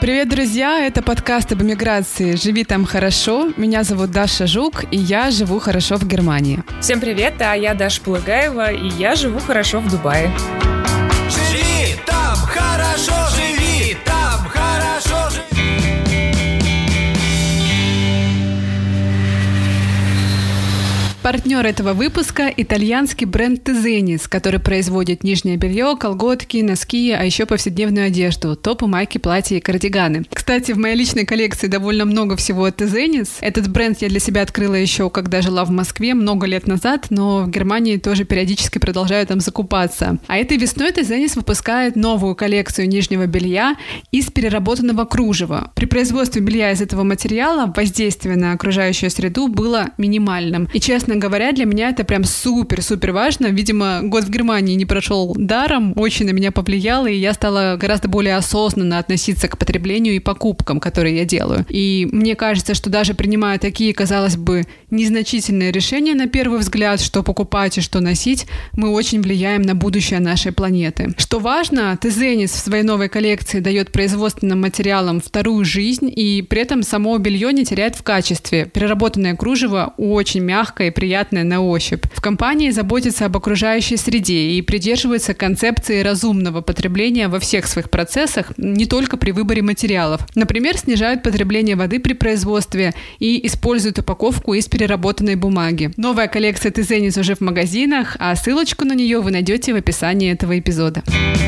Привет, друзья! Это подкаст об эмиграции «Живи там хорошо». Меня зовут Даша Жук, и я живу хорошо в Германии. Всем привет, я Даша Полыгаева, и я живу хорошо в Дубае. Живи там хорошо, живи там хорошо, живи. Партнер этого выпуска – итальянский бренд Тезенис, который производит нижнее белье, колготки, носки, а еще повседневную одежду, топы, майки, платья и кардиганы. Кстати, в моей личной коллекции довольно много всего от Тезенис. Этот бренд я для себя открыла еще, когда жила в Москве много лет назад, но в Германии тоже периодически продолжаю там закупаться. А этой весной Тезенис выпускает новую коллекцию нижнего белья из переработанного кружева. При производстве белья из этого материала воздействие на окружающую среду было минимальным. И, честно говоря, для меня это прям супер-супер важно. Видимо, год в Германии не прошел даром, очень на меня повлияло, и я стала гораздо более осознанно относиться к потреблению и покупкам, которые я делаю. И мне кажется, что даже принимая такие, казалось бы, незначительные решения на первый взгляд, что покупать и что носить, мы очень влияем на будущее нашей планеты. Что важно, Тезенис в своей новой коллекции дает производственным материалам вторую жизнь, и при этом само белье не теряет в качестве. Переработанное кружево очень мягкое и приятное на ощупь. В компании заботятся об окружающей среде и придерживаются концепции разумного потребления во всех своих процессах, не только при выборе материалов. Например, снижают потребление воды при производстве и используют упаковку из переработанной бумаги. Новая коллекция Тезенис уже в магазинах, а ссылочку на нее вы найдете в описании этого эпизода.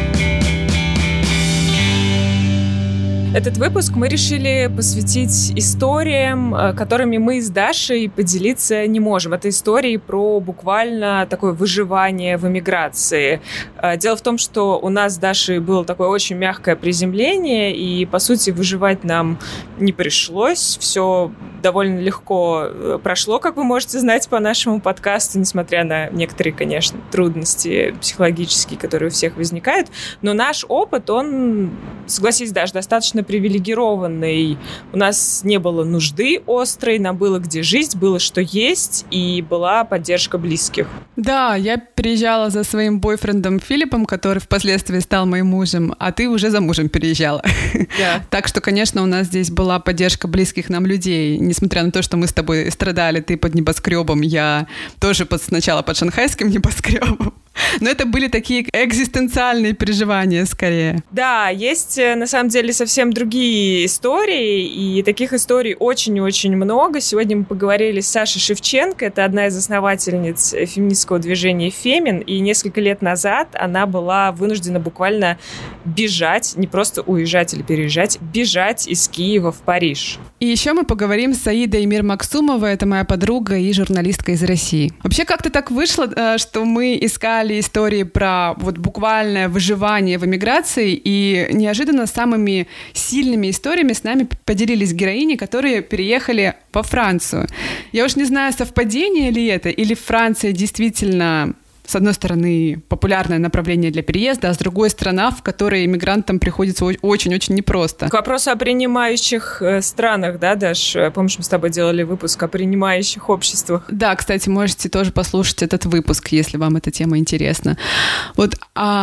Этот выпуск мы решили посвятить историям, которыми мы с Дашей поделиться не можем. Это истории про буквально такое выживание в эмиграции. Дело в том, что у нас с Дашей было такое очень мягкое приземление, и, по сути, выживать нам не пришлось. Все довольно легко прошло, как вы можете знать по нашему подкасту, несмотря на некоторые, конечно, трудности психологические, которые у всех возникают. Но наш опыт, он, согласись, Даш, достаточно привилегированный. У нас не было нужды острой, нам было где жить, было что есть, и была поддержка близких. Да, я переезжала за своим бойфрендом Филиппом, который впоследствии стал моим мужем, а ты уже за мужем переезжала. Да. Так что, конечно, у нас здесь была поддержка близких нам людей. Несмотря на то, что мы с тобой страдали, ты под небоскребом, я тоже сначала под шанхайским небоскребом. Но это были такие экзистенциальные переживания скорее. Да, есть на самом деле совсем другие истории, и таких историй очень-очень много. Сегодня мы поговорили с Сашей Шевченко, это одна из основательниц феминистского движения «Фемин», и несколько лет назад она была вынуждена буквально бежать, не просто уезжать или переезжать, бежать из Киева в Париж. И еще мы поговорим с Аидой Мирмаксумовой, это моя подруга и журналистка из России. Вообще как-то так вышло, что мы искали истории про вот буквальное выживание в эмиграции, и неожиданно самыми сильными историями с нами поделились героини, которые переехали во Францию. Я уж не знаю, совпадение ли это, или Франция действительно, с одной стороны, популярное направление для переезда, а с другой страна, в которой иммигрантам приходится очень-очень непросто. К вопросу о принимающих странах, да, Даш? Помнишь, мы с тобой делали выпуск о принимающих обществах? Да, кстати, можете тоже послушать этот выпуск, если вам эта тема интересна. Вот,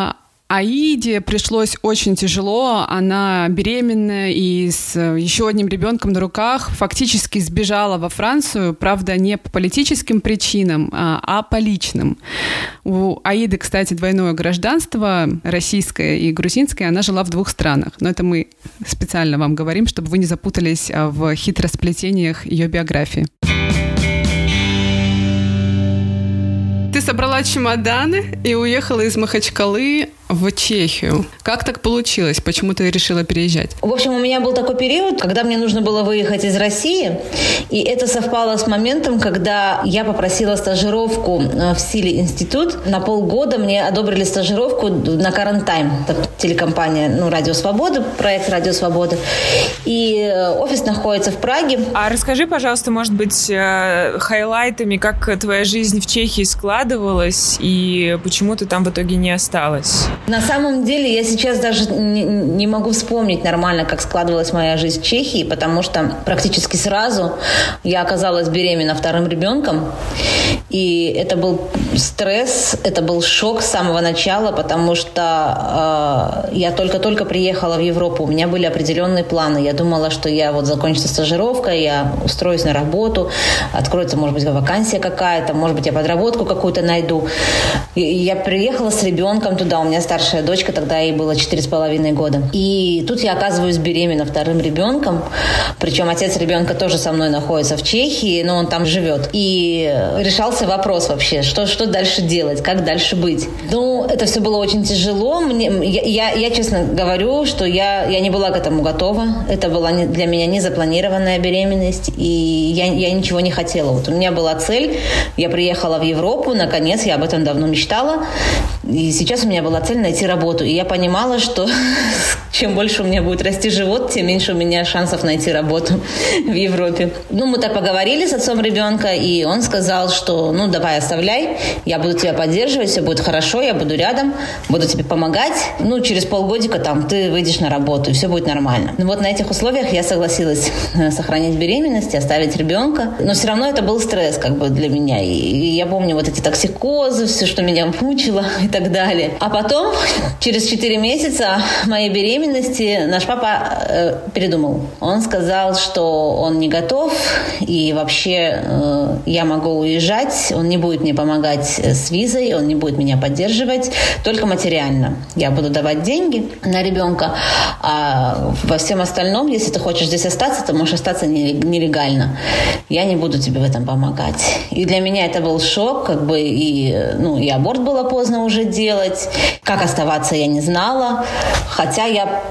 Аиде пришлось очень тяжело, она беременная и с еще одним ребенком на руках фактически сбежала во Францию, правда, не по политическим причинам, а по личным. У Аиды, кстати, двойное гражданство, российское и грузинское, она жила в 2 странах, но это мы специально вам говорим, чтобы вы не запутались в хитросплетениях ее биографии. Ты собрала чемоданы и уехала из Махачкалы в Чехию. Как так получилось? Почему ты решила переезжать? В общем, у меня был такой период, когда мне нужно было выехать из России, и это совпало с моментом, когда я попросила стажировку в Силе институт. На полгода мне одобрили стажировку на Current Time, телекомпания, Радио Свобода, проект Радио Свобода. И офис находится в Праге. А расскажи, пожалуйста, может быть, хайлайтами, как твоя жизнь в Чехии складывалась и почему ты там в итоге не осталась? На самом деле я сейчас даже не могу вспомнить нормально, как складывалась моя жизнь в Чехии, потому что практически сразу я оказалась беременна 2-м ребенком. И это был стресс, это был шок с самого начала, потому что я только-только приехала в Европу, у меня были определенные планы. Я думала, что я вот закончится стажировка, я устроюсь на работу, откроется, может быть, вакансия какая-то, может быть, я подработку какую-то найду. И я приехала с ребенком туда, у меня старшая дочка, тогда ей было 4,5 года. И тут я оказываюсь беременна вторым ребенком, причем отец ребенка тоже со мной находится в Чехии, но он там живет. И решался вопрос вообще, что дальше делать, как дальше быть. Ну, это все было очень тяжело. Я честно говорю, что я не была к этому готова. Это была для меня незапланированная беременность, и я ничего не хотела. Вот у меня была цель, я приехала в Европу, наконец, я об этом давно мечтала, и сейчас у меня была цель найти работу. И я понимала, что чем больше у меня будет расти живот, тем меньше у меня шансов найти работу в Европе. Ну, мы так поговорили с отцом ребенка, и он сказал, что ну, давай оставляй, я буду тебя поддерживать, все будет хорошо, я буду рядом, буду тебе помогать. Ну, через полгодика там ты выйдешь на работу, и все будет нормально. Ну, вот на этих условиях я согласилась сохранить беременность и оставить ребенка. Но все равно это был стресс как бы для меня. И я помню вот эти токсикозы, все, что меня мучило и так далее. А потом, через 4 месяца моей беременности, наш папа передумал. Он сказал, что он не готов, и вообще я могу уезжать, он не будет мне помогать с визой, он не будет меня поддерживать, только материально. Я буду давать деньги на ребенка, а во всем остальном, если ты хочешь здесь остаться, ты можешь остаться нелегально. Я не буду тебе в этом помогать. И для меня это был шок, как бы, и аборт было поздно уже делать. Как оставаться, я не знала. Хотя я,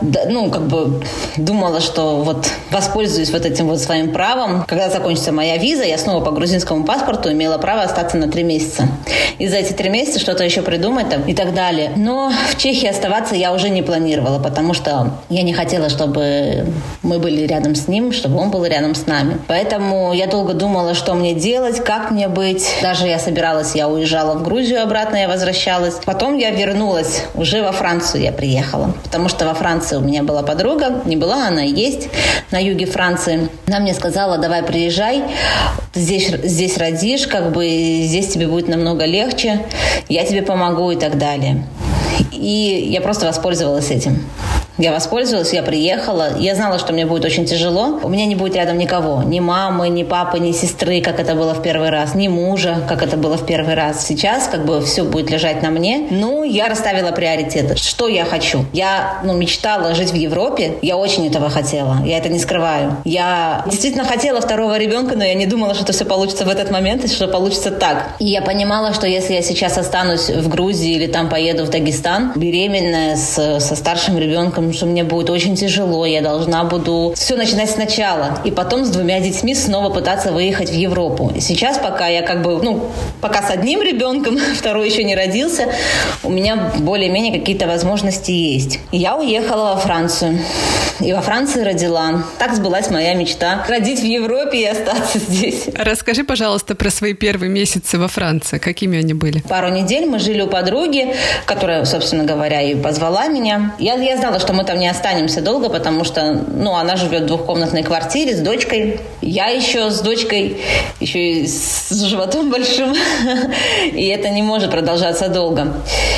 думала, что вот воспользуюсь вот этим вот своим правом. Когда закончится моя виза, я снова по грузинскому паспорту имела право остаться на 3 месяца. И за эти 3 месяца что-то еще придумать там и так далее. Но в Чехии оставаться я уже не планировала, потому что я не хотела, чтобы мы были рядом с ним, чтобы он был рядом с нами. Поэтому я долго думала, что мне делать, как мне быть. Даже я уезжала в Грузию обратно, я возвращалась. Потом я вернулась, уже во Францию я приехала, потому что во Франции у меня была подруга, не была, она и есть, на юге Франции. Она мне сказала, давай приезжай, ты здесь родишь, как бы здесь тебе будет намного легче, я тебе помогу и так далее. И я просто воспользовалась этим. Я воспользовалась, я приехала. Я знала, что мне будет очень тяжело. У меня не будет рядом никого. Ни мамы, ни папы, ни сестры, как это было в первый раз. Ни мужа, как это было в первый раз. Сейчас как бы все будет лежать на мне. Ну, я расставила приоритеты. Что я хочу? Я мечтала жить в Европе. Я очень этого хотела. Я это не скрываю. Я действительно хотела второго ребенка, но я не думала, что это все получится в этот момент, и что получится так. И я понимала, что если я сейчас останусь в Грузии или там поеду в Дагестан, беременная со старшим ребенком, что мне будет очень тяжело, я должна буду все начинать сначала. И потом с 2 детьми снова пытаться выехать в Европу. И сейчас, пока я пока с одним ребенком, второй еще не родился, у меня более-менее какие-то возможности есть. И я уехала во Францию. И во Франции родила. Так сбылась моя мечта. Родить в Европе и остаться здесь. Расскажи, пожалуйста, про свои первые месяцы во Франции. Какими они были? Пару недель мы жили у подруги, которая, собственно говоря, и позвала меня. Я знала, что мы там не останемся долго, потому что, она живет в 2-комнатной квартире с дочкой. Я еще с дочкой, еще и с животом большим. И это не может продолжаться долго.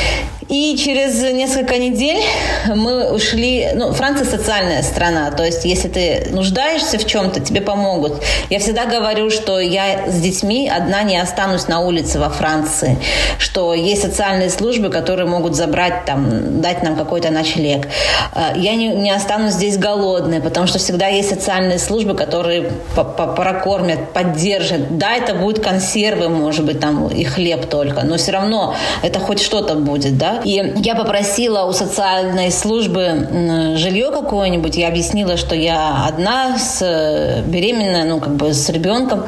И через несколько недель мы ушли... Франция социальная страна, то есть если ты нуждаешься в чем-то, тебе помогут. Я всегда говорю, что я с детьми одна не останусь на улице во Франции, что есть социальные службы, которые могут забрать, дать нам какой-то ночлег. Я не останусь здесь голодной, потому что всегда есть социальные службы, которые прокормят, поддержат. Да, это будут консервы, может быть, и хлеб только, но все равно это хоть что-то будет, да. И я попросила у социальной службы жилье какое-нибудь. Я объяснила, что я одна, беременная, с ребенком.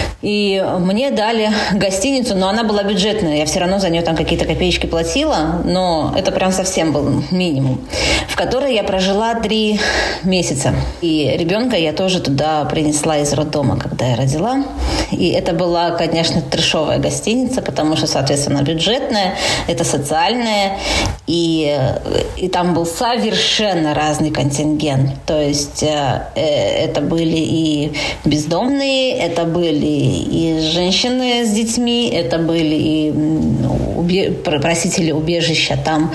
И мне дали гостиницу, но она была бюджетная. Я все равно за нее там какие-то копеечки платила, но это прям совсем был минимум. В которой я прожила 3 месяца. И ребенка я тоже туда принесла из роддома, когда я родила. И это была, конечно, трешовая гостиница, потому что, соответственно, бюджетная, это социальная. И там был совершенно разный контингент. То есть это были и бездомные, это были и женщины с детьми, это были и просители убежища там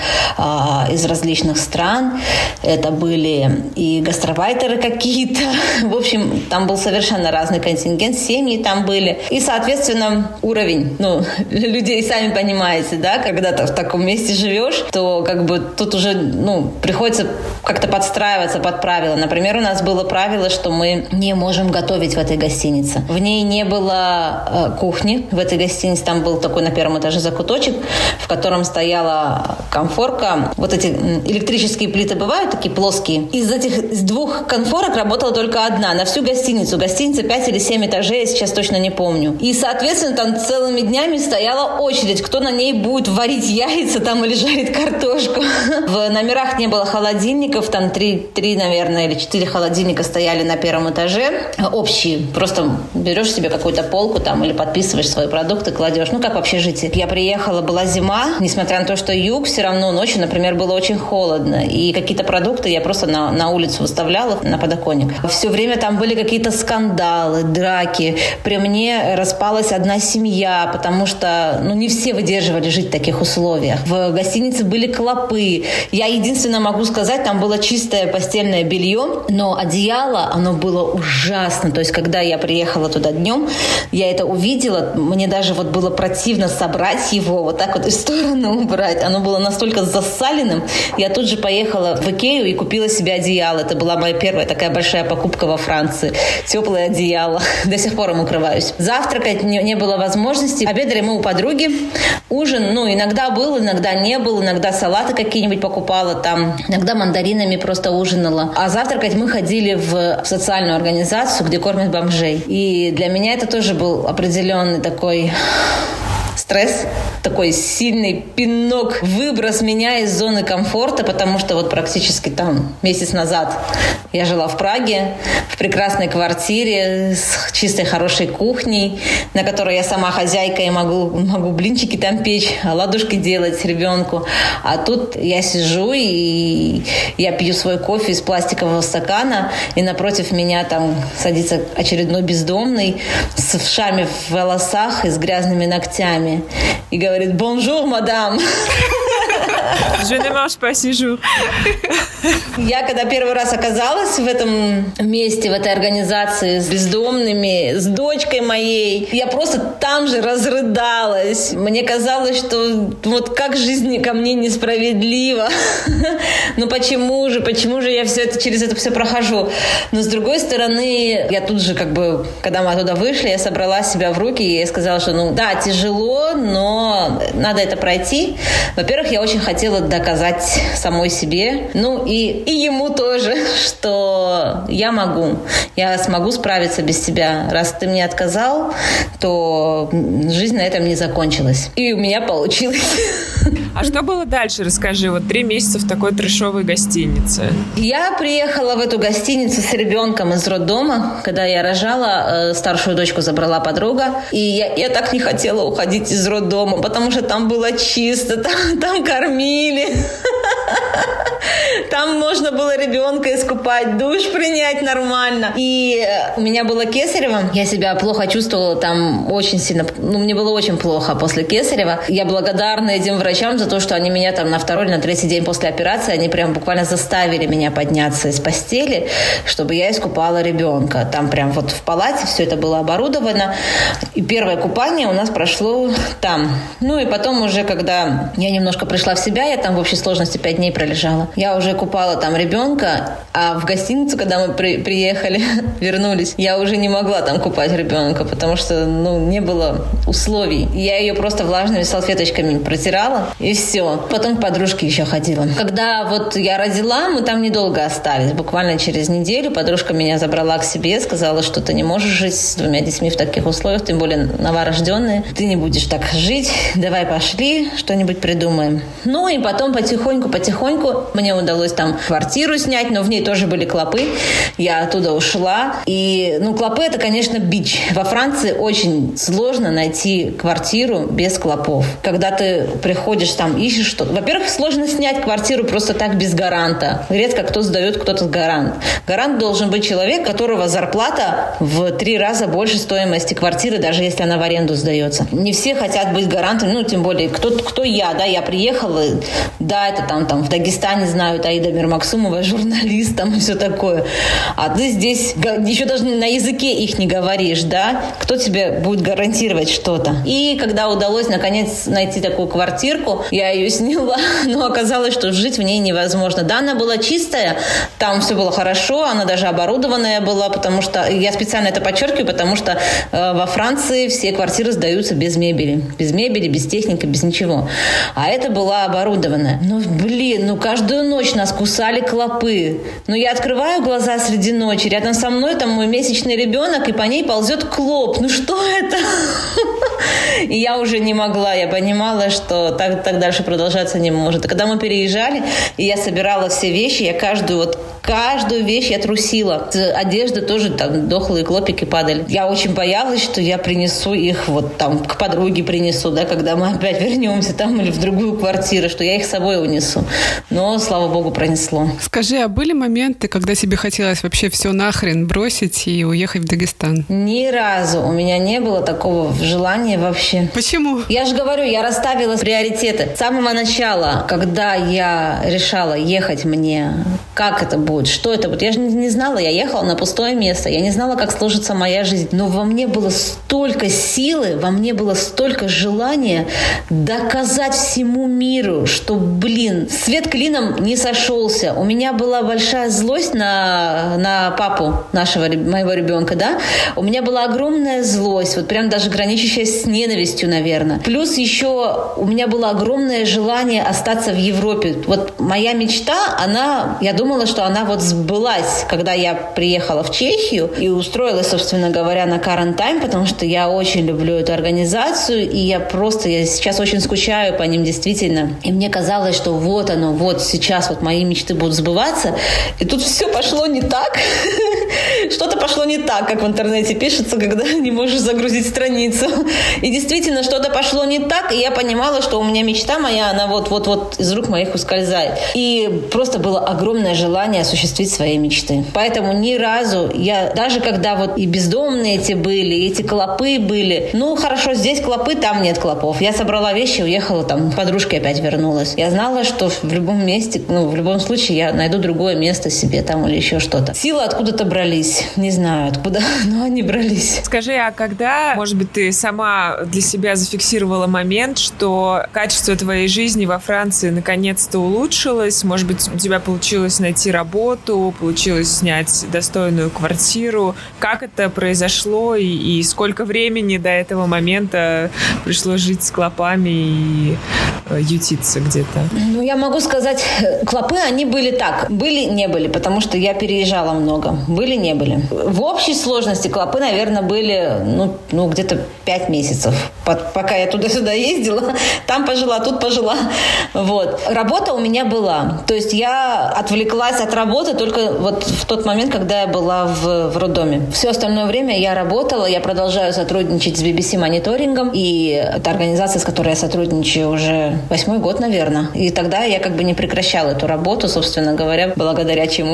из различных стран, это были и гастарбайтеры какие-то. В общем, там был совершенно разный контингент, семьи там были. И, соответственно, уровень, людей, сами понимаете, да, когда ты в таком месте живешь, то как бы тут уже, приходится как-то подстраиваться под правила. Например, у нас было правило, что мы не можем готовить в этой гостинице. В ней не было кухни в этой гостинице. Там был такой на первом этаже закуточек, в котором стояла конфорка. Вот эти электрические плиты бывают такие плоские. Из этих 2 конфорок работала только одна на всю гостиницу. Гостиница 5 или 7 этажей, я сейчас точно не помню. И, соответственно, там целыми днями стояла очередь, кто на ней будет варить яйца там или жарить картошку. В номерах не было холодильников, там 3, наверное, или 4 холодильника стояли на первом этаже. Общие. Просто берешь себе какую-то полку там или подписываешь свои продукты, кладешь. Как в общежитии. Я приехала, была зима, несмотря на то, что юг, все равно ночью, например, было очень холодно. И какие-то продукты я просто на улицу выставляла, на подоконник. Все время там были какие-то скандалы, драки. При мне распалась одна семья, потому что, не все выдерживали жить в таких условиях. В гостинице были клопы. Я единственное могу сказать, там было чистое постельное белье, но одеяло, оно было ужасно. То есть, когда я приехала туда днем, я это увидела, мне даже было противно собрать его, вот так вот из стороны убрать. Оно было настолько засаленным. Я тут же поехала в Икею и купила себе одеяло. Это была моя первая такая большая покупка во Франции. Теплое одеяло. До сих пор им укрываюсь. Завтракать не было возможности. Обедали мы у подруги. Ужин, иногда был, иногда не был. Иногда салаты какие-нибудь покупала там. Иногда мандаринами просто ужинала. А завтракать мы ходили в социальную организацию, где кормят бомжей. И для меня это тоже был определенный такой стресс, такой сильный пинок, выброс меня из зоны комфорта, потому что практически там месяц назад я жила в Праге, в прекрасной квартире с чистой хорошей кухней, на которой я сама хозяйка и могу блинчики там печь, оладушки делать ребенку. А тут я сижу и я пью свой кофе из пластикового стакана, и напротив меня там садится очередной бездомный с вшами в волосах и с грязными ногтями. И говорит: «Бонжур, мадам». Je ne mange pas si jour. Я когда первый раз оказалась в этом месте, в этой организации с бездомными, с дочкой моей, я просто там же разрыдалась. Мне казалось, что как жизнь ко мне несправедлива. Почему же я через это все прохожу? Но с другой стороны, я тут же когда мы оттуда вышли, я собрала себя в руки и сказала, что да, тяжело, но надо это пройти. Во-первых, я очень хотела доказать самой себе, и ему тоже, что я смогу справиться без тебя. Раз ты мне отказал, то жизнь на этом не закончилась. И у меня получилось. А что было дальше? Расскажи. 3 месяца в такой трешовой гостинице. Я приехала в эту гостиницу с ребенком из роддома. Когда я рожала, старшую дочку забрала подруга. И я так не хотела уходить из роддома, потому что там было чисто, там кормили. Там можно было ребенка искупать, душ принять нормально. И у меня было кесарево. Я себя плохо чувствовала там очень сильно. Мне было очень плохо после кесарева. Я благодарна этим врачам за то, что они меня там на 2-й или на 3-й день после операции, они прям буквально заставили меня подняться из постели, чтобы я искупала ребенка. Там прям в палате все это было оборудовано. И первое купание у нас прошло там. И потом уже, когда я немножко пришла в себя, я там в общей сложности 5 дней пролежала. Я уже купала там ребенка, а в гостиницу, когда мы приехали, вернулись, я уже не могла там купать ребенка, потому что, не было условий. Я ее просто влажными салфеточками протирала, и все. Потом к подружке еще ходила. Когда я родила, мы там недолго остались. Буквально через неделю подружка меня забрала к себе, сказала, что ты не можешь жить с 2 детьми в таких условиях, тем более новорожденные. Ты не будешь так жить. Давай пошли, что-нибудь придумаем. И потом потихоньку мне удалось там квартиру снять, но в ней тоже были клопы. Я оттуда ушла. И, клопы — это, конечно, бич. Во Франции очень сложно найти квартиру без клопов. Когда ты приходишь там, ищешь что-то. Во-первых, сложно снять квартиру просто так без гаранта. Редко кто сдает кто-то гарант. Гарант должен быть человек, которого зарплата в 3 раза больше стоимости квартиры, даже если она в аренду сдается. Не все хотят быть гарантом, тем более, кто я, да, я приехала, да, это там в Дагестане знают Аида Мирмаксумова, журналист, там и все такое. А ты здесь еще даже на языке их не говоришь, да? Кто тебе будет гарантировать что-то? И когда удалось, наконец, найти такую квартирку, я ее сняла, но оказалось, что жить в ней невозможно. Да, она была чистая, там все было хорошо, она даже оборудованная была, потому что, я специально это подчеркиваю, потому что во Франции все квартиры сдаются без мебели. Без мебели, без техники, без ничего. А это была оборудованная. Каждую ночь нас кусали клопы. Я открываю глаза среди ночи, рядом со мной там мой месячный ребенок, и по ней ползет клоп. Что это? И я уже не могла. Я понимала, что так дальше продолжаться не может. И когда мы переезжали, и я собирала все вещи, я каждую вещь я трусила. С одежды тоже там дохлые клопики падали. Я очень боялась, что я принесу их к подруге принесу, да, когда мы опять вернемся там или в другую квартиру, что я их с собой унесу. Но, слава богу, пронесло. Скажи, а были моменты, когда тебе хотелось вообще все нахрен бросить и уехать в Дагестан? Ни разу у меня не было такого желания вообще. Почему? Я же говорю, я расставила приоритеты. С самого начала, когда я решала ехать мне, как это будет, что это будет, я же не знала, я ехала на пустое место, я не знала, как сложится моя жизнь. Но во мне было столько силы, во мне было столько желания доказать всему миру, что, свет клином не сошелся. У меня была большая злость на папу моего ребенка, да. У меня была огромная злость, прям даже граничащая с ненавистью, наверное. Плюс еще у меня было огромное желание остаться в Европе. Моя мечта, я думала, что она сбылась, когда я приехала в Чехию и устроилась, собственно говоря, на Current Time, потому что я очень люблю эту организацию, и я сейчас очень скучаю по ним, действительно. И мне казалось, что сейчас мои мечты будут сбываться, и тут все пошло не так. Что-то пошло не так, как в интернете пишется, когда не можешь загрузить страницу. И действительно, что-то пошло не так, и я понимала, что у меня мечта моя, она из рук моих ускользает. И просто было огромное желание осуществить свои мечты. Поэтому ни разу даже когда и бездомные эти были, эти клопы были, хорошо, здесь клопы, там нет клопов. Я собрала вещи, уехала, там, подружка опять вернулась. Я знала, что в любом месте, в любом случае я найду другое место себе там или еще что-то. Силы откуда-то брались. Не знаю откуда, но они брались. Скажи, а когда, может быть, ты сама для себя зафиксировала момент, что качество твоей жизни во Франции наконец-то улучшилось? Может быть, у тебя получилось найти работу, получилось снять достойную квартиру? Как это произошло и сколько времени до этого момента пришлось жить с клопами и ютиться где-то? Я могу сказать, клопы, они были так. Были, не были, потому что я переезжала много. Были, не были. В общей сложности клопы, наверное, были, где-то 5 месяцев. Пока я туда-сюда ездила, там пожила, тут пожила. Работа у меня была. То есть я отвлеклась от работы только в тот момент, когда я была в роддоме. Все остальное время я работала, я продолжаю сотрудничать с BBC мониторингом, и это организация, с которой я сотрудничаю уже 8-й год, наверное. И тогда я не прекращала эту работу, собственно говоря, благодаря чему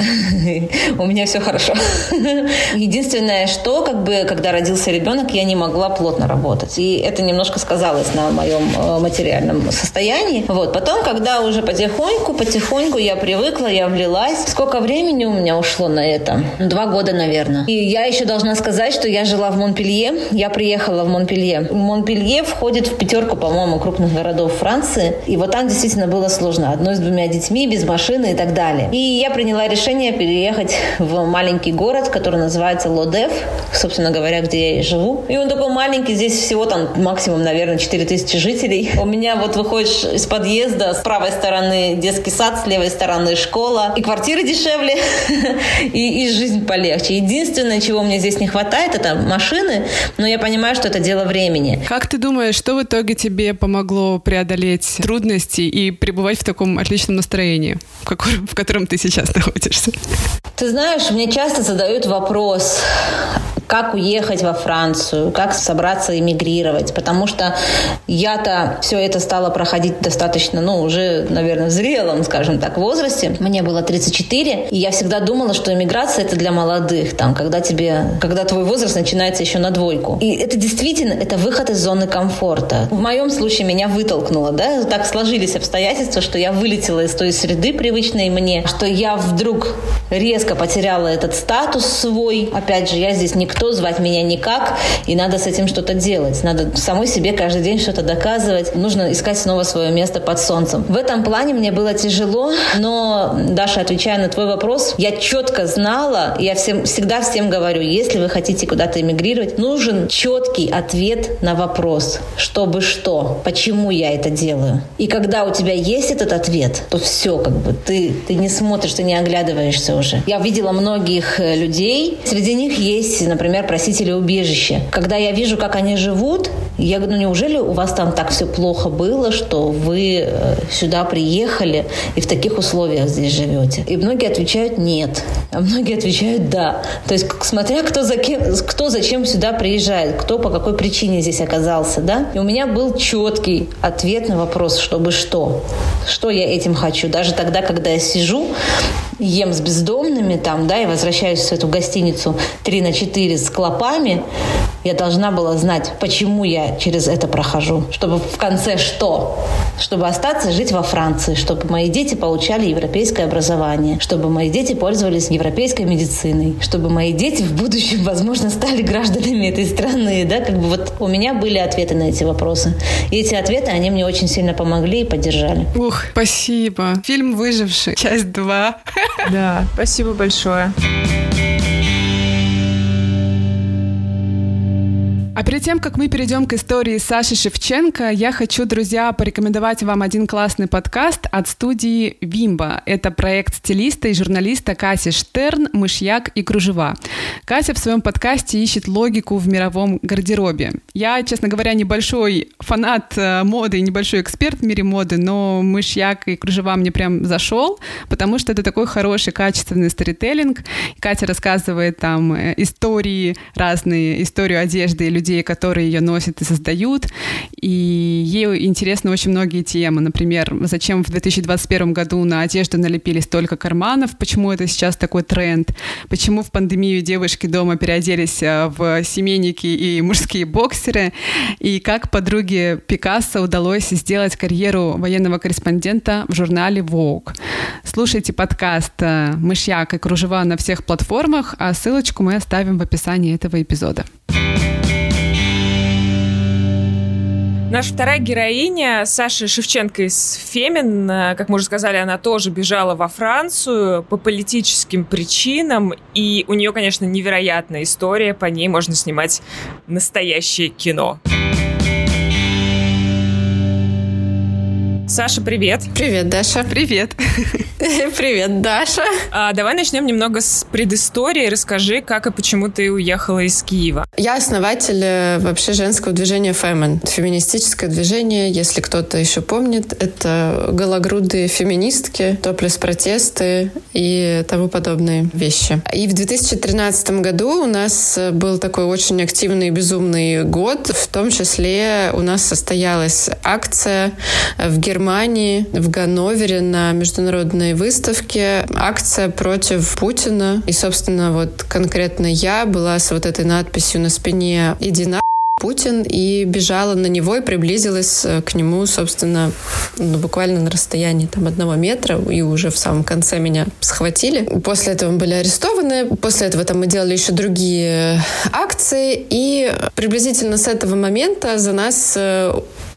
у меня все хорошо. Единственное, что, когда родился ребенок, я не могла плотно работать. И это немножко сказалось на моем материальном состоянии. Потом, когда уже потихоньку я привыкла, я влилась. Сколько времени у меня ушло на это? 2 года, наверное. И я еще должна сказать, что я жила в Монпелье. Я приехала в Монпелье. Монпелье входит в 5, по-моему, крупных городов Франции. И там действительно было сложно. Одной с 2 детьми, без машины и так далее. И я приняла решение переехать в маленький город, который называется Лодев, собственно говоря, где я и живу. И он такой маленький, здесь всего там максимум, наверное, 4000 жителей. У меня вот выходишь из подъезда, с правой стороны детский сад, с левой стороны школа. И квартиры дешевле, и жизнь полегче. Единственное, чего мне здесь не хватает, это машины, но я понимаю, что это дело времени. Как ты думаешь, что в итоге тебе помогло преодолеть трудности и пребывать в таком отличном настроении, в котором ты сейчас находишься? Ты знаешь, мне часто задают вопрос, как уехать во Францию, как собраться эмигрировать, потому что я-то все это стала проходить достаточно, уже, наверное, в зрелом, скажем так, возрасте. Мне было 34, и я всегда думала, что эмиграция — это для молодых, когда твой возраст начинается еще на двойку. И это действительно, это выход из зоны комфорта. В моем случае меня вытолкнуло, да, так сложились обстоятельства, что я вылетела из той среды, привычной мне, что я вдруг резко потеряла этот статус свой. Опять же, я здесь никто, звать меня никак, и надо с этим что-то делать. Надо самой себе каждый день что-то доказывать. Нужно искать снова свое место под солнцем. В этом плане мне было тяжело, но, Даша, отвечая на твой вопрос, я четко знала, я всегда всем говорю, если вы хотите куда-то эмигрировать, нужен четкий ответ на вопрос, чтобы что, почему я это делаю. И когда у тебя есть этот ответ, то все, ты не смотришь, ты не оглядываешься уже. Я видела многих людей, среди них есть, например, просители убежища. Когда я вижу, как они живут, я говорю, неужели у вас там так все плохо было, что вы сюда приехали и в таких условиях здесь живете? И многие отвечают нет, а многие отвечают да. То есть, смотря кто зачем сюда приезжает, кто по какой причине здесь оказался, да? И у меня был четкий ответ на вопрос, чтобы что? Что я этим хочу? Даже тогда, когда я сижу, ем с бездомными и возвращаюсь в эту гостиницу 3/4 с клопами, я должна была знать, почему я через это прохожу. Чтобы в конце что? Чтобы остаться жить во Франции, чтобы мои дети получали европейское образование, чтобы мои дети пользовались европейской медициной, чтобы мои дети в будущем, возможно, стали гражданами этой страны. Да? У меня были ответы на эти вопросы. И эти ответы, они мне очень сильно помогли и поддержали. Ух, спасибо. Фильм «Выживший», часть 2. Да, спасибо большое. А перед тем, как мы перейдем к истории Саши Шевченко, я хочу, друзья, порекомендовать вам один классный подкаст от студии Вимба. Это проект стилиста и журналиста Кати Штерн «Мышьяк и кружева». Катя в своем подкасте ищет логику в мировом гардеробе. Я, честно говоря, небольшой фанат моды и небольшой эксперт в мире моды, но «Мышьяк и кружева» мне прям зашел, потому что это такой хороший, качественный сторителлинг. Катя рассказывает там истории разные, историю одежды и людей, которые ее носят и создают. И ей интересны очень многие темы. Например, зачем в 2021 году на одежду налепили столько карманов, почему это сейчас такой тренд, почему в пандемию девушки дома переоделись в семейники и мужские боксеры, и как подруге Пикассо удалось сделать карьеру военного корреспондента в журнале Vogue. Слушайте подкаст «Мышьяк и кружева» на всех платформах, а ссылочку мы оставим в описании этого эпизода. Наша вторая героиня, Саша Шевченко из «Фемин», как мы уже сказали, она тоже бежала во Францию по политическим причинам, и у нее, конечно, невероятная история, по ней можно снимать настоящее кино. Саша, привет. Привет, Даша. Привет. Привет, Даша. Давай начнем немного с предыстории. Расскажи, как и почему ты уехала из Киева. Я основатель вообще женского движения «Фемин». Феминистическое движение, если кто-то еще помнит, это гологрудые феминистки, топлес-протесты и тому подобные вещи. И в 2013 году у нас был такой очень активный и безумный год. В том числе у нас состоялась акция в Германии, в Ганновере на международной выставке. Акция против Путина. И, собственно, вот конкретно я была с вот этой надписью на спине «Иди на Путин», и бежала на него и приблизилась к нему, собственно, буквально на расстоянии 1 метра, и уже в самом конце меня схватили. После этого мы были арестованы. После этого мы делали еще другие акции, и приблизительно с этого момента за нас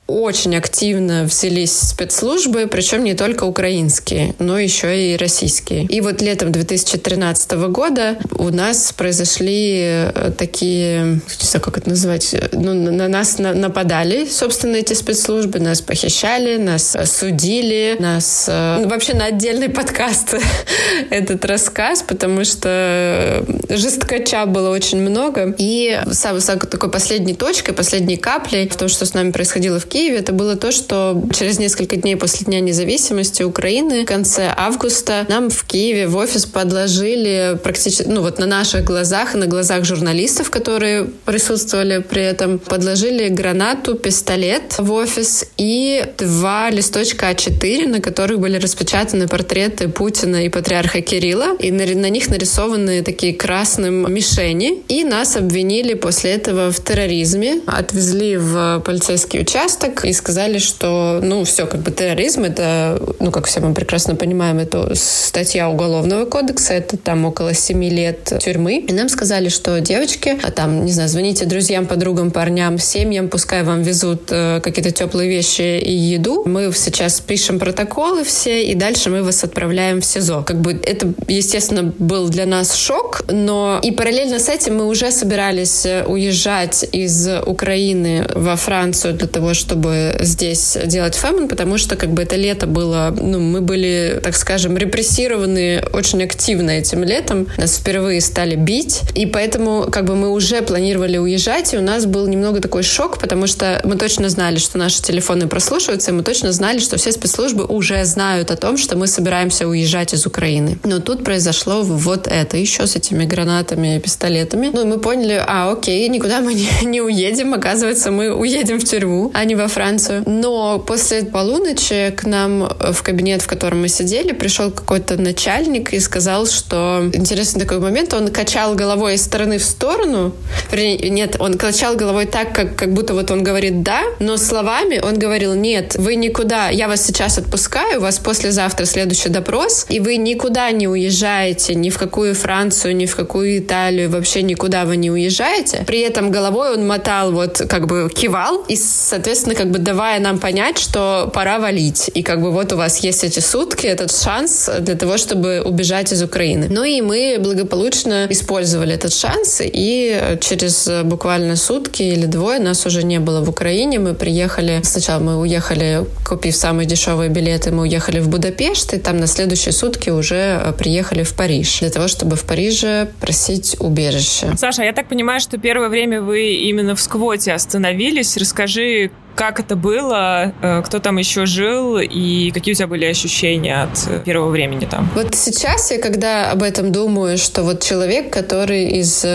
очень активно взялись спецслужбы, причем не только украинские, но еще и российские. И вот летом 2013 года у нас произошли такие, не знаю, как это называть, на нас нападали, собственно, эти спецслужбы, нас похищали, нас судили, нас... вообще на отдельный подкаст этот рассказ, потому что жесткача было очень много. И самой такой последней точкой, последней каплей в том, что с нами происходило в Киеве, это было то, что через несколько дней после Дня независимости Украины, в конце августа, нам в Киеве в офис подложили практически, вот на наших глазах и на глазах журналистов, которые присутствовали при этом, подложили гранату, пистолет в офис и 2 листочка А4, на которых были распечатаны портреты Путина и патриарха Кирилла, и на них нарисованы такие красным мишени, и нас обвинили после этого в терроризме, отвезли в полицейский участок и сказали, что, все, терроризм, это, как все мы прекрасно понимаем, это статья Уголовного кодекса, это там около 7 лет тюрьмы. И нам сказали, что девочки, звоните друзьям, подругам, парням, семьям, пускай вам везут какие-то теплые вещи и еду. Мы сейчас пишем протоколы все, и дальше мы вас отправляем в СИЗО. Это, естественно, был для нас шок, но и параллельно с этим мы уже собирались уезжать из Украины во Францию для того, чтобы здесь делать фэмин, потому что это лето было, мы были, так скажем, репрессированы очень активно этим летом. Нас впервые стали бить, и поэтому мы уже планировали уезжать, и у нас был немного такой шок, потому что мы точно знали, что наши телефоны прослушиваются, и мы точно знали, что все спецслужбы уже знают о том, что мы собираемся уезжать из Украины. Но тут произошло вот это еще с этими гранатами и пистолетами. И мы поняли, окей, никуда мы не уедем, оказывается, мы уедем в тюрьму, а не во Францию. Но после полуночи к нам в кабинет, в котором мы сидели, пришел какой-то начальник и сказал, что... Интересный такой момент, он качал головой из стороны в сторону. Вернее, нет, он качал головой так, как будто он говорит «да», но словами он говорил «нет, вы никуда, я вас сейчас отпускаю, у вас послезавтра следующий допрос, и вы никуда не уезжаете, ни в какую Францию, ни в какую Италию, вообще никуда вы не уезжаете». При этом головой он мотал, кивал, и, соответственно, давая нам понять, что пора валить. И вот у вас есть эти сутки, этот шанс для того, чтобы убежать из Украины. И мы благополучно использовали этот шанс, и через буквально сутки или 2 нас уже не было в Украине. Мы приехали, сначала мы уехали, купив самые дешевые билеты, мы уехали в Будапешт, и там на следующие сутки уже приехали в Париж, для того, чтобы в Париже просить убежище. Саша, я так понимаю, что первое время вы именно в Сквоте остановились. Расскажи, как это было, кто там еще жил и какие у тебя были ощущения от первого времени там? Сейчас я, когда об этом думаю, что человек, который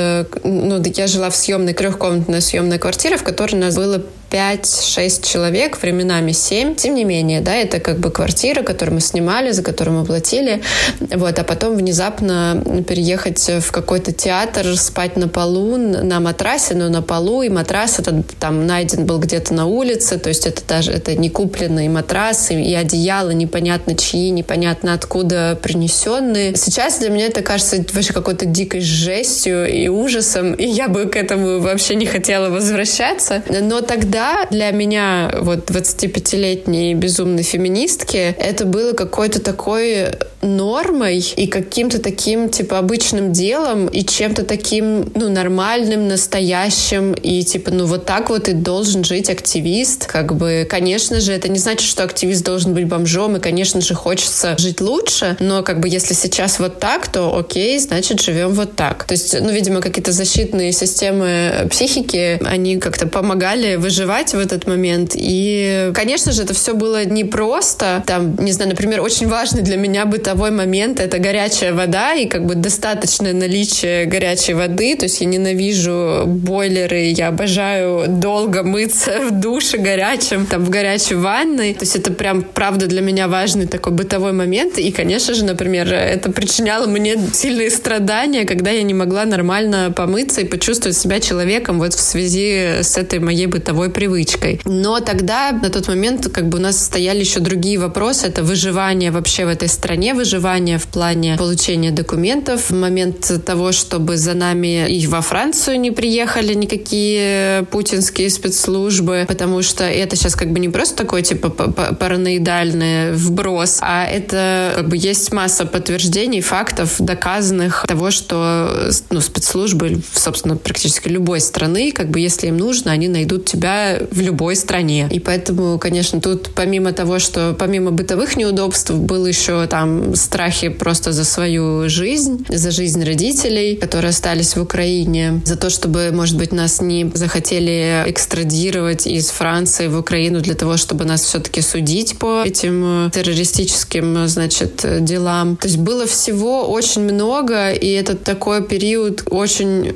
я жила в трехкомнатной съемной квартире, в которой у нас было 5-6 человек, временами 7. Тем не менее, это квартира, которую мы снимали, за которую мы платили. А потом внезапно переехать в какой-то театр, спать на полу, на матрасе, но на полу, и матрас этот там найден был где-то на улице, то есть это не купленный матрас, и одеяло непонятно чьи, непонятно откуда принесенные. Сейчас для меня это кажется вообще какой-то дикой жестью и ужасом, и я бы к этому вообще не хотела возвращаться. Но тогда для меня, 25-летней безумной феминистки, это было какой-то такой нормой и каким-то таким, обычным делом и чем-то таким, нормальным, настоящим, и, так и должен жить активист. Конечно же, это не значит, что активист должен быть бомжом, и, конечно же, хочется жить лучше, но, если сейчас так, то окей, значит, живем так. То есть, видимо, какие-то защитные системы психики, они как-то помогали выживать в этот момент, и, конечно же, это все было непросто. Там, не знаю, например, очень важный для меня бытовой момент — это горячая вода и достаточное наличие горячей воды. То есть я ненавижу бойлеры, я обожаю долго мыться в душе горячем, в горячей ванной. То есть это прям, правда, для меня важный такой бытовой момент. И, конечно же, например, это причиняло мне сильные страдания, когда я не могла нормально помыться и почувствовать себя человеком в связи с этой моей бытовой привычкой. Но тогда, на тот момент, у нас стояли еще другие вопросы. Это выживание вообще в этой стране, выживания в плане получения документов, в момент того, чтобы за нами и во Францию не приехали никакие путинские спецслужбы, потому что это сейчас как бы не просто такой типа параноидальный вброс, а это как бы есть масса подтверждений, фактов, доказанных того, что спецслужбы, собственно, практически любой страны, как бы если им нужно, они найдут тебя в любой стране. И поэтому, конечно, тут помимо того, что помимо бытовых неудобств было еще там страхи просто за свою жизнь, за жизнь родителей, которые остались в Украине, за то, чтобы, может быть, нас не захотели экстрадировать из Франции в Украину для того, чтобы нас все-таки судить по этим террористическим, значит, делам. То есть было всего очень много, и это такой период очень,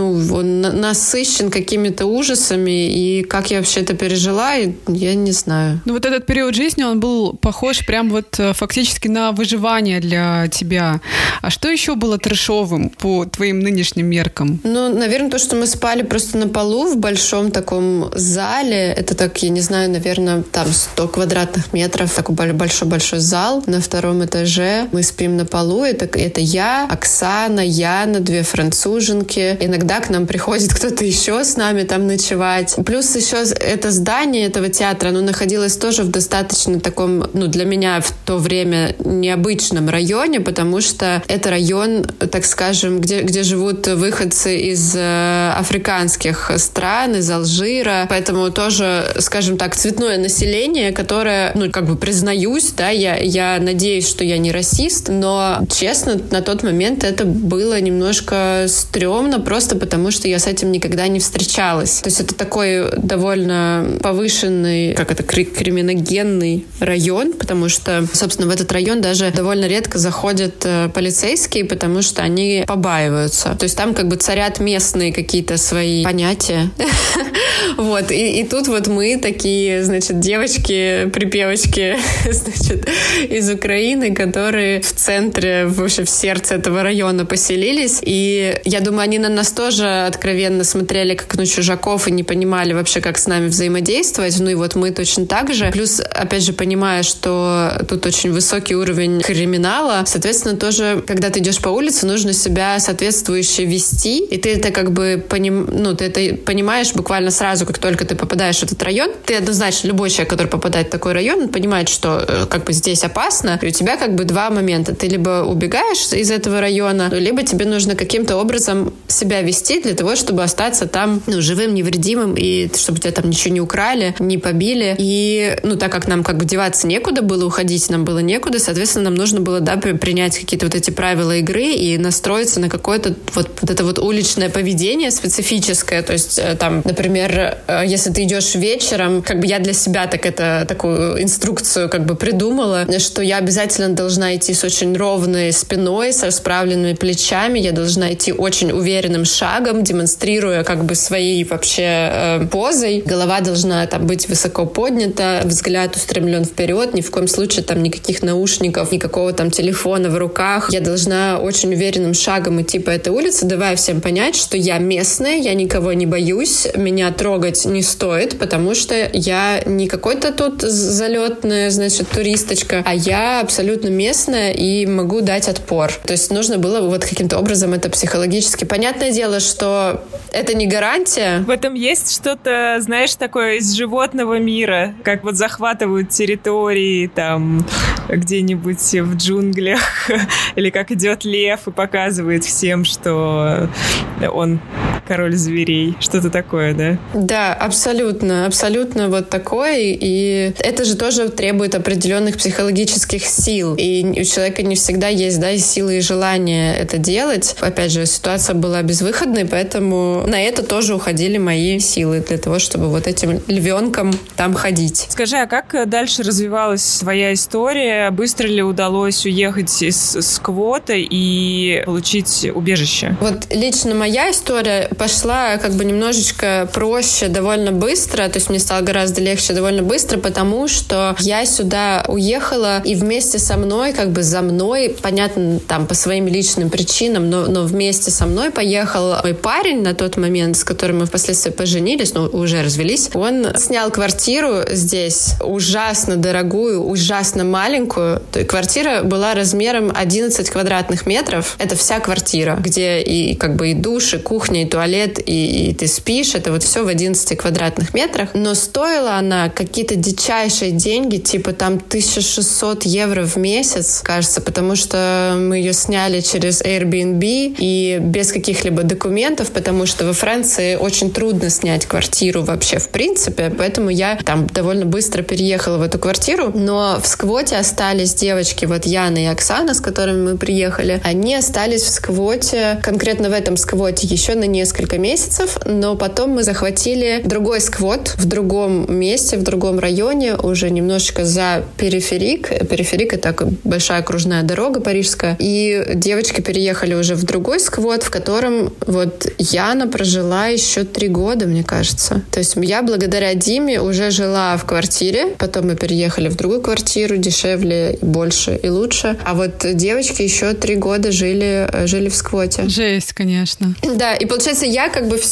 он насыщен какими-то ужасами, и как я вообще это пережила, я не знаю. Вот этот период жизни, он был похож прям вот фактически на выживание для тебя. А что еще было трэшовым по твоим нынешним меркам? Наверное, то, что мы спали просто на полу в большом таком зале. Это так, я не знаю, наверное, там 100 квадратных метров. Такой большой-большой зал на 2 этаже. Мы спим на полу. Это я, Оксана, Яна, 2 француженки. Иногда к нам приходит кто-то еще с нами там ночевать. Плюс еще это здание этого театра, оно находилось тоже в достаточно таком, для меня в то время необычном районе, потому что это район, так скажем, где живут выходцы из африканских стран, из Алжира. Поэтому тоже, скажем так, цветное население, которое, признаюсь, да, я надеюсь, что я не расист, но, честно, на тот момент это было немножко стрёмно, просто потому что я с этим никогда не встречалась. То есть это такой довольно повышенный, криминогенный район, потому что, собственно, в этот район даже довольно редко заходят полицейские, потому что они побаиваются. То есть там как бы царят местные какие-то свои понятия. Вот. И тут вот мы такие, значит, девочки-припевочки, значит, из Украины, которые в центре, вообще в сердце этого района поселились. И я думаю, они на нас тоже откровенно смотрели как на чужаков и не понимали вообще, как с нами взаимодействовать. И вот мы точно так же. Плюс, опять же, понимая, что тут очень высокий уровень криминала, соответственно, тоже, когда ты идешь по улице, нужно себя соответствующе вести. И ты это как бы ты это понимаешь буквально сразу, как только ты попадаешь в этот район. Ты однозначно, любой человек, который попадает в такой район, он понимает, что как бы здесь опасно. И у тебя как бы 2 момента. Ты либо убегаешь из этого района, либо тебе нужно каким-то образом себя вести для того, чтобы остаться там живым, невредимым, и чтобы тебя там ничего не украли, не побили. И, так как нам как бы деваться некуда было, уходить нам было некуда, соответственно, нам нужно было, принять какие-то вот эти правила игры и настроиться на какое-то вот это вот уличное поведение специфическое. То есть там, например, если ты идешь вечером, как бы я для себя такую инструкцию как бы придумала, что я обязательно должна идти с очень ровной спиной, с расправленными плечами, я должна идти очень уверенным шагом, демонстрируя как бы своей вообще позой. Голова должна там быть высоко поднята, взгляд устремлен вперед, ни в коем случае там никаких наушников, никакого там телефона в руках. Я должна очень уверенным шагом идти по этой улице, давая всем понять, что я местная, я никого не боюсь, меня трогать не стоит, потому что я не какой-то тут залетная, значит, туристочка, а я абсолютно местная и могу дать отпор. То есть нужно было вот каким-то образом это психологически. Понятное дело, что это не гарантия. В этом есть что-то, знаешь, такое из животного мира, как вот захватывают территории там где-нибудь в джунглях, или как идет лев и показывает всем, что он король зверей. Что-то такое, да? Да, абсолютно. Абсолютно вот такое. И это же тоже требует определенных психологических сил. И у человека не всегда есть, и силы, и желание это делать. Опять же, ситуация была безвыходной, поэтому на это тоже уходили мои силы для того, чтобы вот этим львенком там ходить. Скажи, а как дальше развивалась твоя история? Быстро ли удалось уехать с квоты и получить убежище? Вот лично моя история пошла как бы немножечко проще довольно быстро, то есть мне стало гораздо легче довольно быстро, потому что я сюда уехала, и вместе со мной, как бы за мной, понятно, там по своим личным причинам, но вместе со мной поехал мой парень на тот момент, с которым мы впоследствии поженились, но уже развелись. Он снял квартиру здесь, ужасно дорогую, ужасно маленькую. Квартира была размером 11 квадратных метров. Это вся квартира, где и как бы и душ, и кухня, и туалет, и ты спишь. Это вот все в 11 квадратных метрах. Но стоила она какие-то дичайшие деньги, типа там 1600 евро в месяц, кажется, потому что мы ее сняли через Airbnb и без каких-либо документов, потому что во Франции очень трудно снять квартиру вообще в принципе, поэтому я там довольно быстро переехала в эту квартиру, но в сквоте остались девочки, вот Яна и Оксана, с которыми мы приехали, они остались в сквоте, конкретно в этом сквоте еще на несколько месяцев, но потом мы захватили другой сквот в другом месте, в другом районе, уже немножечко за Периферик. Периферик — это большая окружная дорога парижская, и девочки переехали уже в другой сквот, в котором вот Яна прожила еще 3 года, мне кажется. То есть я благодаря Диме уже жила в квартире, потом мы переехали в другую квартиру, дешевле, больше и лучше. А вот девочки еще 3 года жили в сквоте. Жесть, конечно. Да, и получается, я как бы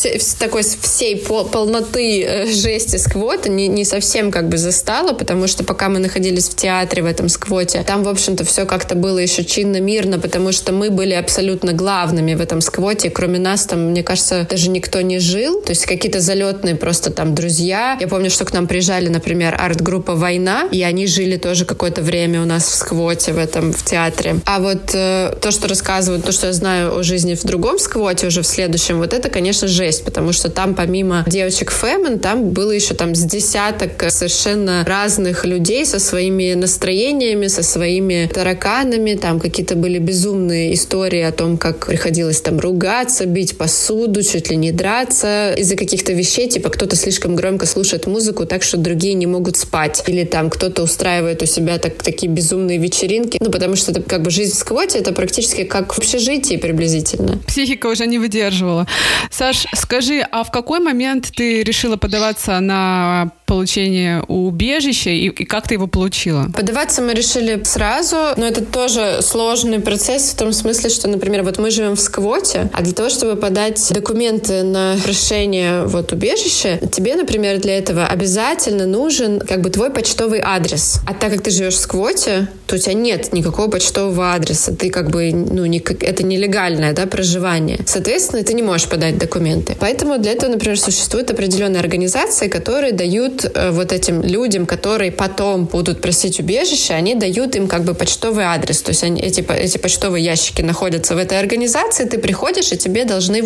всей полноты жести сквота не совсем как бы застала, потому что пока мы находились в театре в этом сквоте, там, в общем-то, все как-то было еще чинно-мирно, потому что мы были абсолютно главными в этом сквоте, кроме нас там, мне кажется, даже никто не жил, то есть какие-то залетные просто там друзья. Я помню, что к нам приезжали, например, арт-группа «Война», и они жили тоже какое-то время у нас в сквоте в театре. А вот то, что рассказывают, то, что я знаю о жизни в другом сквоте, уже в следующем, вот это, конечно, жесть, потому что там помимо девочек Фэмен, там было еще там с десяток совершенно разных людей со своими настроениями, со своими тараканами, там какие-то были безумные истории о том, как приходилось там ругаться, бить посуду, чуть ли не драться из-за каких-то вещей, типа кто-то слишком громко слушает музыку так, что другие не могут спать, или там кто-то устраивает у себя такие безумные вечеринки, потому что это как бы жизнь в сквоте, это практически как в общежитии приблизительно. Психика уже не выдерживала. Саш, скажи, а в какой момент ты решила подаваться на получение убежища и как ты его получила? Подаваться мы решили сразу, но это тоже сложный процесс в том смысле, что, например, вот мы живем в сквоте, а для того, чтобы подать документы на прошение убежища, тебе, например, для этого обязательно нужен как бы твой почтовый адрес. А так как ты живешь в сквоте, то у тебя нет никакого почтового адреса. Ты как бы, это нелегальное, проживание. Соответственно, ты не можешь подать документы. Поэтому для этого, например, существуют определенные организации, которые дают вот этим людям, которые потом будут просить убежище, они дают им как бы почтовый адрес. То есть эти почтовые ящики находятся в этой организации, ты приходишь, и тебе должны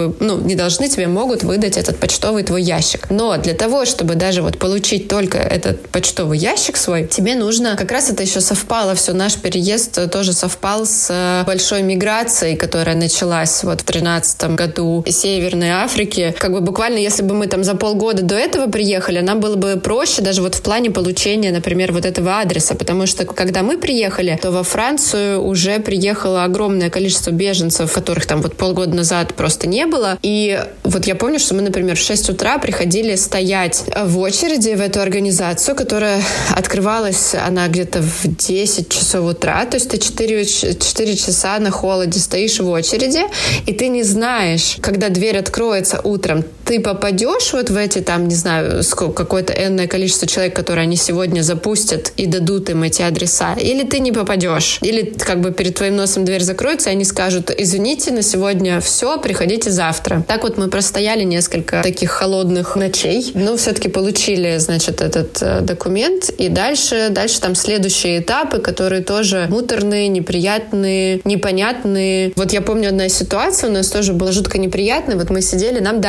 не должны, тебе могут выдать этот почтовый твой ящик. Но для того, чтобы даже получить только этот почтовый ящик свой, тебе нужно, как раз это еще совпало, все, наш переезд тоже совпал с большой миграцией, которая началась в 2013 году из Северной Африки. Как бы буквально, если бы мы там за полгода до этого приехали, нам было бы проще даже в плане получения, например, этого адреса, потому что когда мы приехали, то во Францию уже приехало огромное количество беженцев, которых там полгода назад просто не было. И я помню, что мы, например, в 6 утра приходили стоять в очереди в эту организацию, которая открывалась, она где-то в 10 часов утра, то есть ты 4 часа на холоде стоишь в очереди, и ты не знаешь, когда дверь откроется утром, ты попадешь в эти не знаю, какое-то энное количество человек, которые они сегодня запустят и дадут им эти адреса, или ты не попадешь, или как бы перед твоим носом дверь закроется, и они скажут: извините, на сегодня все, приходите завтра. Так мы простояли несколько таких холодных ночей, но все-таки получили, значит, этот документ, и дальше там следующие этапы, которые тоже муторные, неприятные, непонятные. Я помню, одна ситуация у нас тоже была жутко неприятная. Мы сидели, нам дали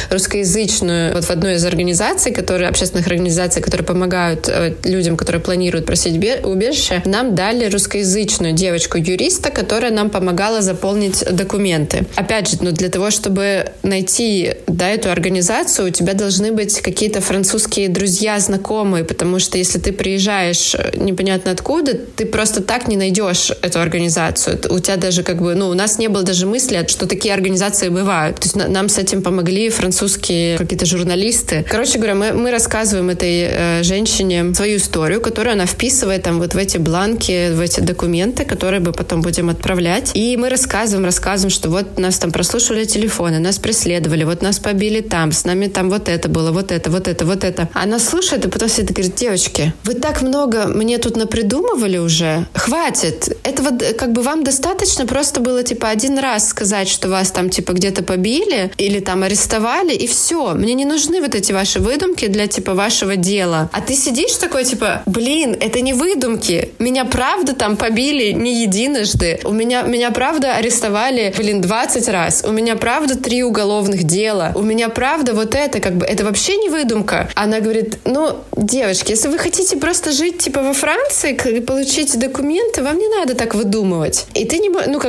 русскоязычную, вот в одной из организаций, общественных организаций, которые помогают людям, которые планируют просить убежище, нам дали русскоязычную девочку-юриста, которая нам помогала заполнить документы. Опять же, для того, чтобы найти эту организацию, у тебя должны быть какие-то французские друзья, знакомые, потому что если ты приезжаешь непонятно откуда, ты просто так не найдешь эту организацию. У тебя даже у нас не было даже мысли, что такие организации бывают. То есть нам с этим помогли французские какие-то журналисты. Короче говоря, мы рассказываем этой женщине свою историю, которую она вписывает там вот в эти бланки, в эти документы, которые мы потом будем отправлять. И мы рассказываем, что вот нас там прослушивали телефоны, нас преследовали, вот нас побили там, с нами там вот это было, вот это. Она слушает и потом сидит и говорит: девочки, вы так много мне тут напридумывали уже, хватит. Этого вам достаточно просто было один раз сказать, что вас там где-то побили или там арестовали, и все. Мне не нужны вот эти ваши выдумки для вашего дела. А ты сидишь такой блин, это не выдумки. Меня правда там побили не единожды. Меня правда арестовали, 20 раз. У меня правда 3 уголовных дела. У меня правда вот это, это вообще не выдумка. Она говорит: девочки, если вы хотите просто жить во Франции и получить документы, вам не надо так выдумывать. И ты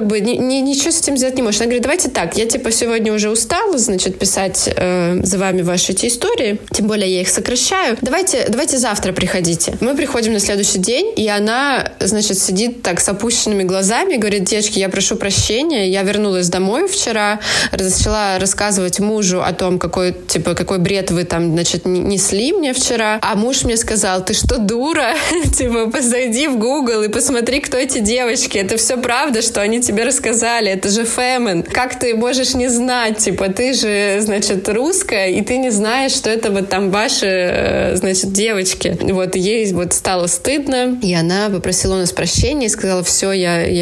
ничего с этим сделать не можешь. Она говорит: давайте так, я сегодня уже устала, писать за вами ваши эти истории, тем более я их сокращаю. Давайте завтра приходите. Мы приходим на следующий день, и она, сидит так с опущенными глазами и говорит: девочки, я прошу прощения, я вернулась домой вчера, начала рассказывать мужу о том, какой бред вы там, несли мне вчера, а муж мне сказал: ты что, дура? Зайди в Google и посмотри, кто эти девочки. Это все правда, что они тебе рассказали. Это же Фемен. Как ты можешь не знать? Ты же, русская, и ты не знаешь, что это вот там ваши, девочки. Вот, ей стало стыдно, и она попросила у нас прощения и сказала: все,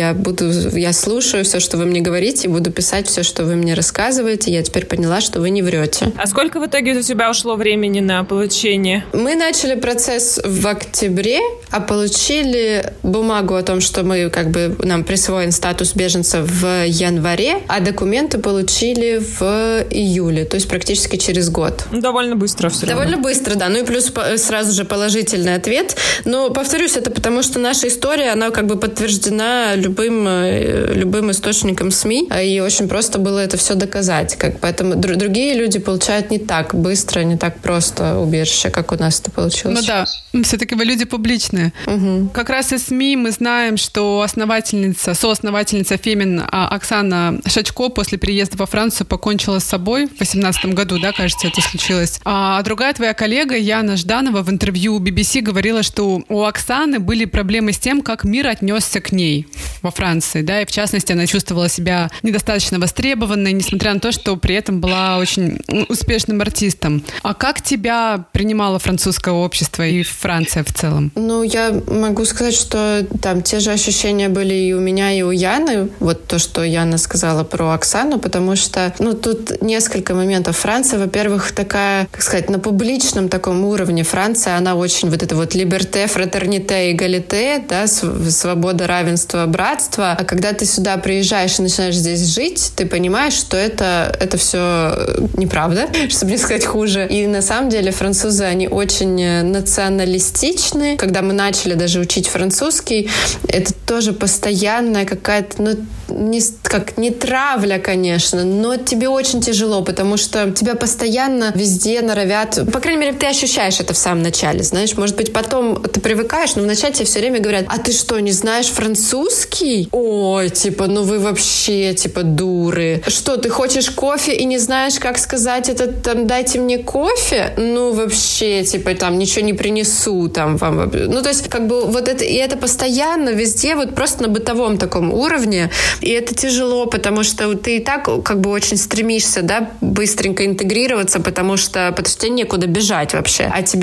я слушаю все, что вы мне говорите, и буду писать все, что вы мне рассказываете. Я теперь поняла, что вы не врете. А сколько в итоге у тебя ушло времени на получение? Мы начали процесс в октябре, а получили бумагу о том, что нам присвоен статус беженца в январе, а документы получили в июле, то есть практически через год. Довольно быстро все равно. Довольно быстро, да. И плюс сразу же положительный ответ. Но, повторюсь, это потому, что наша история, она подтверждена любым источником СМИ, и очень просто было это все доказать. Поэтому другие люди получают не так быстро, не так просто убежище, как у нас это получилось. Да, все-таки вы люди публичные. Угу. Как раз из СМИ мы знаем, что соосновательница Фемин Оксана Шачко после приезда во Францию покончила с собой в 2018 году, да, кажется, это случилось. А другая твоя коллега Яна Жданова в интервью BBC говорила, что у Оксаны были проблемы с тем, как мир отнесся к ней во Франции, да, и в частности она чувствовала себя недостаточно востребованной, несмотря на то, что при этом была очень успешным артистом. А как тебя принимало французское общество и Франция в целом? Я могу сказать, что там те же ощущения были и у меня, и у Яны. Вот то, что Яна сказала про Оксану, потому что, тут несколько моментов. Франция, во-первых, такая, на публичном таком уровне. Франция, она очень либерте, фратерните, эгалите, да, свобода, равенство, братство. А когда ты сюда приезжаешь и начинаешь здесь жить, ты понимаешь, что это все неправда, чтобы не сказать хуже. И на самом деле французы, они очень националистичны. Когда мы начали даже учить французский, это тоже постоянная какая-то, не травля, конечно, но тебе очень тяжело, потому что тебя постоянно везде норовят, по крайней мере, ты ощущаешь это в самом начале, знаешь, может быть, потом ты привыкаешь, но вначале тебе все время говорят: а ты что, не знаешь французский? Ой, вы вообще, дуры. Что, ты хочешь кофе и не знаешь, как сказать это, дайте мне кофе? Вообще, ничего не принесу, вам. То есть, это, и это постоянно везде, просто на бытовом таком уровне, и это тяжело, потому что ты и так очень стремишься, да, быстренько интегрироваться, потому что тебе некуда бежать вообще. А тебя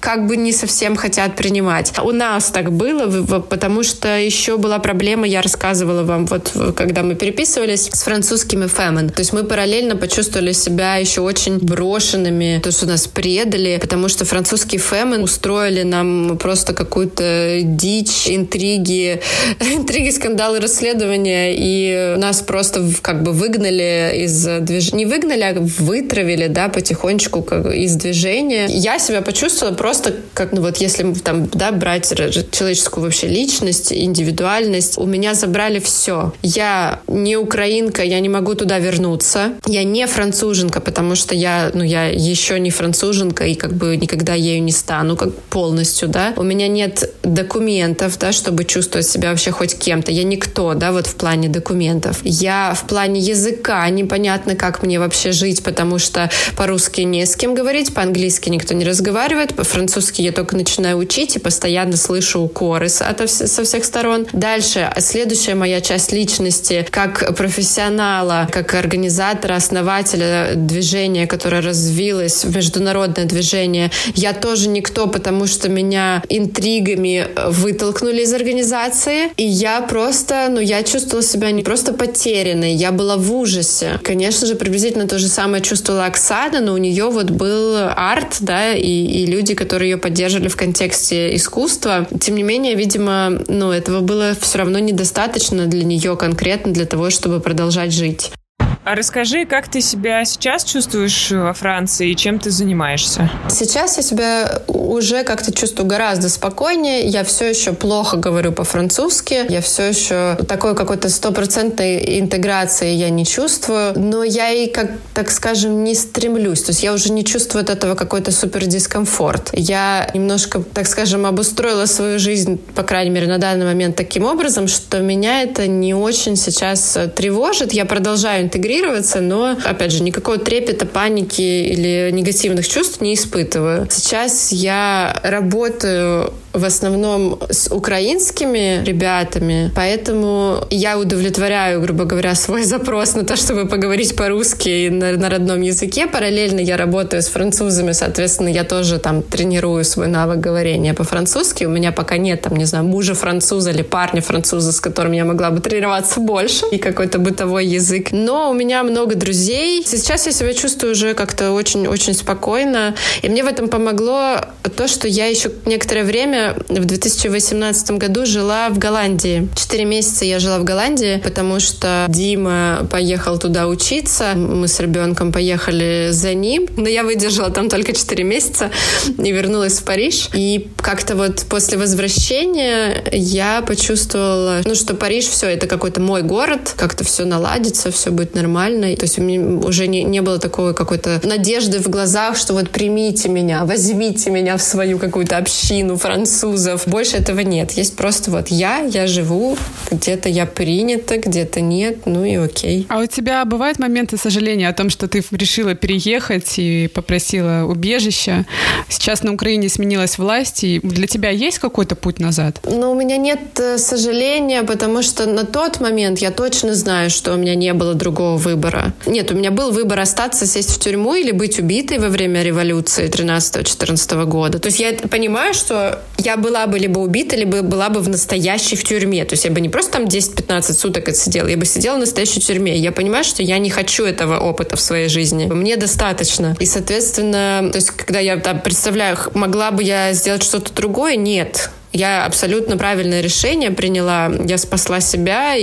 как бы не совсем хотят принимать. У нас так было, потому что еще была проблема, я рассказывала вам, вот когда мы переписывались с французскими фемен. То есть мы параллельно почувствовали себя еще очень брошенными, то, что нас предали, потому что французские фемен устроили нам просто какую-то дичь, интриги, скандалы, расследования, и нас просто как бы выгнали из движения. Не выгнали, а вытравили, да, потихонечку из движения. Я себя почувствовала просто как, ну вот если там, да, брать человеческую вообще личность, индивидуальность, у меня забрали все. Я не украинка, я не могу туда вернуться. Я не француженка, потому что я еще не француженка и как бы никогда ею не стану, как полностью, да. У меня нет документов, да, чтобы чувствовать себя вообще хоть кем-то. Я никто, да, вот в плане документов. Я в плане языка непонятно, как мне вообще жить, потому что по-русски не с кем говорить, по-английски никто не разговаривает, по-французски я только начинаю учить и постоянно слышу укоры со всех сторон. Дальше, следующая моя часть личности, как профессионала, как организатора, основателя движения, которое развилось в международное движение, я тоже никто, потому что меня интригами вытолкнули из организации, и я просто, я чувствовала себя не просто потерянной, я была в ужасе. Конечно же, приблизительно то же самое чувствовала Оксана, но у нее вот был арт, да, и люди, которые ее поддерживали в контексте искусства. Тем не менее, видимо, этого было все равно недостаточно для нее конкретно, для того, чтобы продолжать жить. А расскажи, как ты себя сейчас чувствуешь во Франции и чем ты занимаешься? Сейчас я себя уже как-то чувствую гораздо спокойнее. Я все еще плохо говорю по-французски. Я все еще такой какой-то 100% интеграции я не чувствую. Но я и, так скажем, не стремлюсь. То есть я уже не чувствую от этого какой-то супер дискомфорт. Я немножко, так скажем, обустроила свою жизнь, по крайней мере, на данный момент таким образом, что меня это не очень сейчас тревожит. Я продолжаю интегрироваться, но, опять же, никакого трепета, паники или негативных чувств не испытываю. Сейчас я работаю в основном с украинскими ребятами, поэтому я удовлетворяю, грубо говоря, свой запрос на то, чтобы поговорить по-русски на родном языке. Параллельно я работаю с французами, соответственно, я тоже там тренирую свой навык говорения по-французски. У меня пока нет, мужа француза или парня француза, с которым я могла бы тренироваться больше, и какой-то бытовой язык. Но у меня много друзей. Сейчас я себя чувствую уже как-то очень-очень спокойно, и мне в этом помогло то, что я еще некоторое время в 2018 году жила в Голландии. 4 месяца я жила в Голландии, потому что Дима поехал туда учиться. Мы с ребенком поехали за ним. Но я выдержала там только 4 месяца и вернулась в Париж. И как-то вот после возвращения я почувствовала, что Париж, все, это какой-то мой город. Как-то все наладится, все будет нормально. То есть у меня уже не было такой какой-то надежды в глазах, что вот примите меня, возьмите меня в свою какую-то общину французов. Больше этого нет. Есть просто вот я живу, где-то я принята, где-то нет, и окей. А у тебя бывают моменты сожаления о том, что ты решила переехать и попросила убежища? Сейчас на Украине сменилась власть, и для тебя есть какой-то путь назад? У меня нет сожаления, потому что на тот момент я точно знаю, что у меня не было другого выбора. Нет, у меня был выбор остаться, сесть в тюрьму или быть убитой во время революции 13-14 года. То есть я понимаю, что я была бы либо убита, либо была бы в настоящей в тюрьме. То есть я бы не просто там 10-15 суток отсидела, я бы сидела в настоящей тюрьме. Я понимаю, что я не хочу этого опыта в своей жизни. Мне достаточно. И, соответственно, то есть когда я представляю, могла бы я сделать что-то другое? Нет. Я абсолютно правильное решение приняла. Я спасла себя,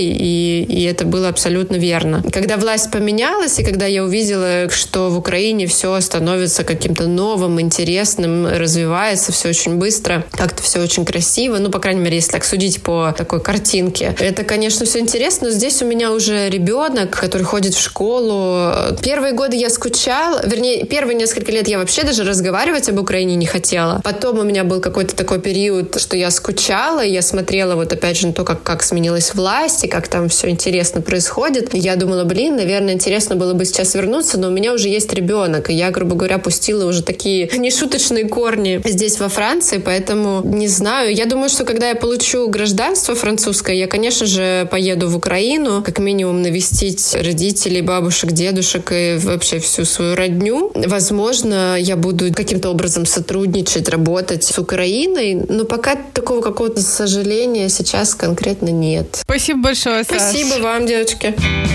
и это было абсолютно верно. Когда власть поменялась, и когда я увидела, что в Украине все становится каким-то новым, интересным, развивается все очень быстро, как-то все очень красиво, по крайней мере, если так судить по такой картинке. Это, конечно, все интересно, но здесь у меня уже ребенок, который ходит в школу. Первые годы я скучала, вернее, первые несколько лет я вообще даже разговаривать об Украине не хотела. Потом у меня был какой-то такой период, что я скучала, я смотрела вот опять же на то, как сменилась власть, и как там все интересно происходит. Я думала, наверное, интересно было бы сейчас вернуться, но у меня уже есть ребенок, и я, грубо говоря, пустила уже такие нешуточные корни здесь, во Франции, поэтому не знаю. Я думаю, что когда я получу гражданство французское, я, конечно же, поеду в Украину, как минимум навестить родителей, бабушек, дедушек и вообще всю свою родню. Возможно, я буду каким-то образом сотрудничать, работать с Украиной, но пока такого какого-то сожаления сейчас конкретно нет. Спасибо большое, Саш. Спасибо вам, девочки.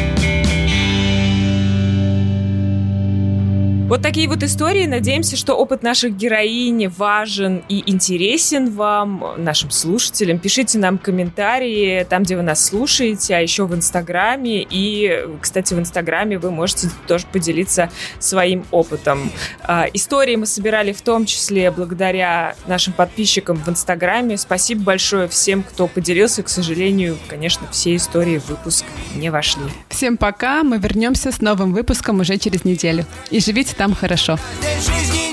Вот такие вот истории. Надеемся, что опыт наших героинь важен и интересен вам, нашим слушателям. Пишите нам комментарии там, где вы нас слушаете, а еще в Инстаграме. И, кстати, в Инстаграме вы можете тоже поделиться своим опытом. Истории мы собирали в том числе благодаря нашим подписчикам в Инстаграме. Спасибо большое всем, кто поделился. К сожалению, конечно, все истории в выпуск не вошли. Всем пока. Мы вернемся с новым выпуском уже через неделю. И живите там хорошо. Жизни